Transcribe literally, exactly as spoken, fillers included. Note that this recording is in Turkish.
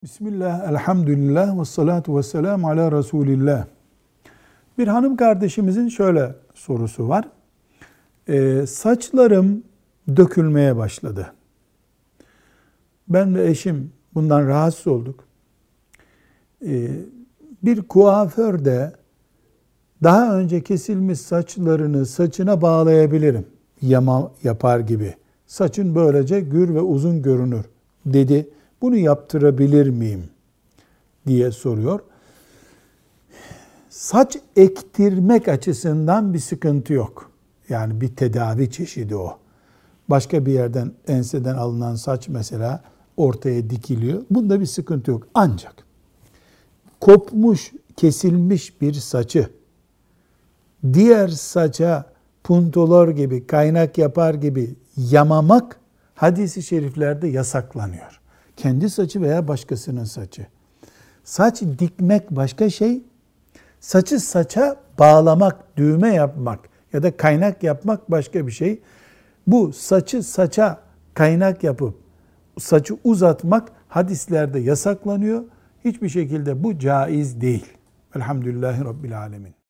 Bismillah, elhamdülillah, ve salatu ve selamu ala Resulillah. Bir hanım kardeşimizin şöyle sorusu var. Ee, saçlarım dökülmeye başladı. Ben ve eşim bundan rahatsız olduk. Ee, bir kuaför de daha önce kesilmiş saçlarını saçına bağlayabilirim. Yama yapar gibi. Saçın böylece gür ve uzun görünür dedi. Bunu yaptırabilir miyim diye soruyor. Saç ektirmek açısından bir sıkıntı yok. Yani bir tedavi çeşidi o. Başka bir yerden, enseden alınan saç mesela ortaya dikiliyor. Bunda bir sıkıntı yok. Ancak kopmuş, kesilmiş bir saçı diğer saça puntolor gibi, kaynak yapar gibi yamamak hadis-i şeriflerde yasaklanıyor. Kendi saçı veya başkasının saçı. Saç dikmek başka şey, saçı saça bağlamak, düğme yapmak ya da kaynak yapmak başka bir şey. Bu saçı saça kaynak yapıp saçı uzatmak hadislerde yasaklanıyor. Hiçbir şekilde bu caiz değil. Elhamdülillahi Rabbil Alemin.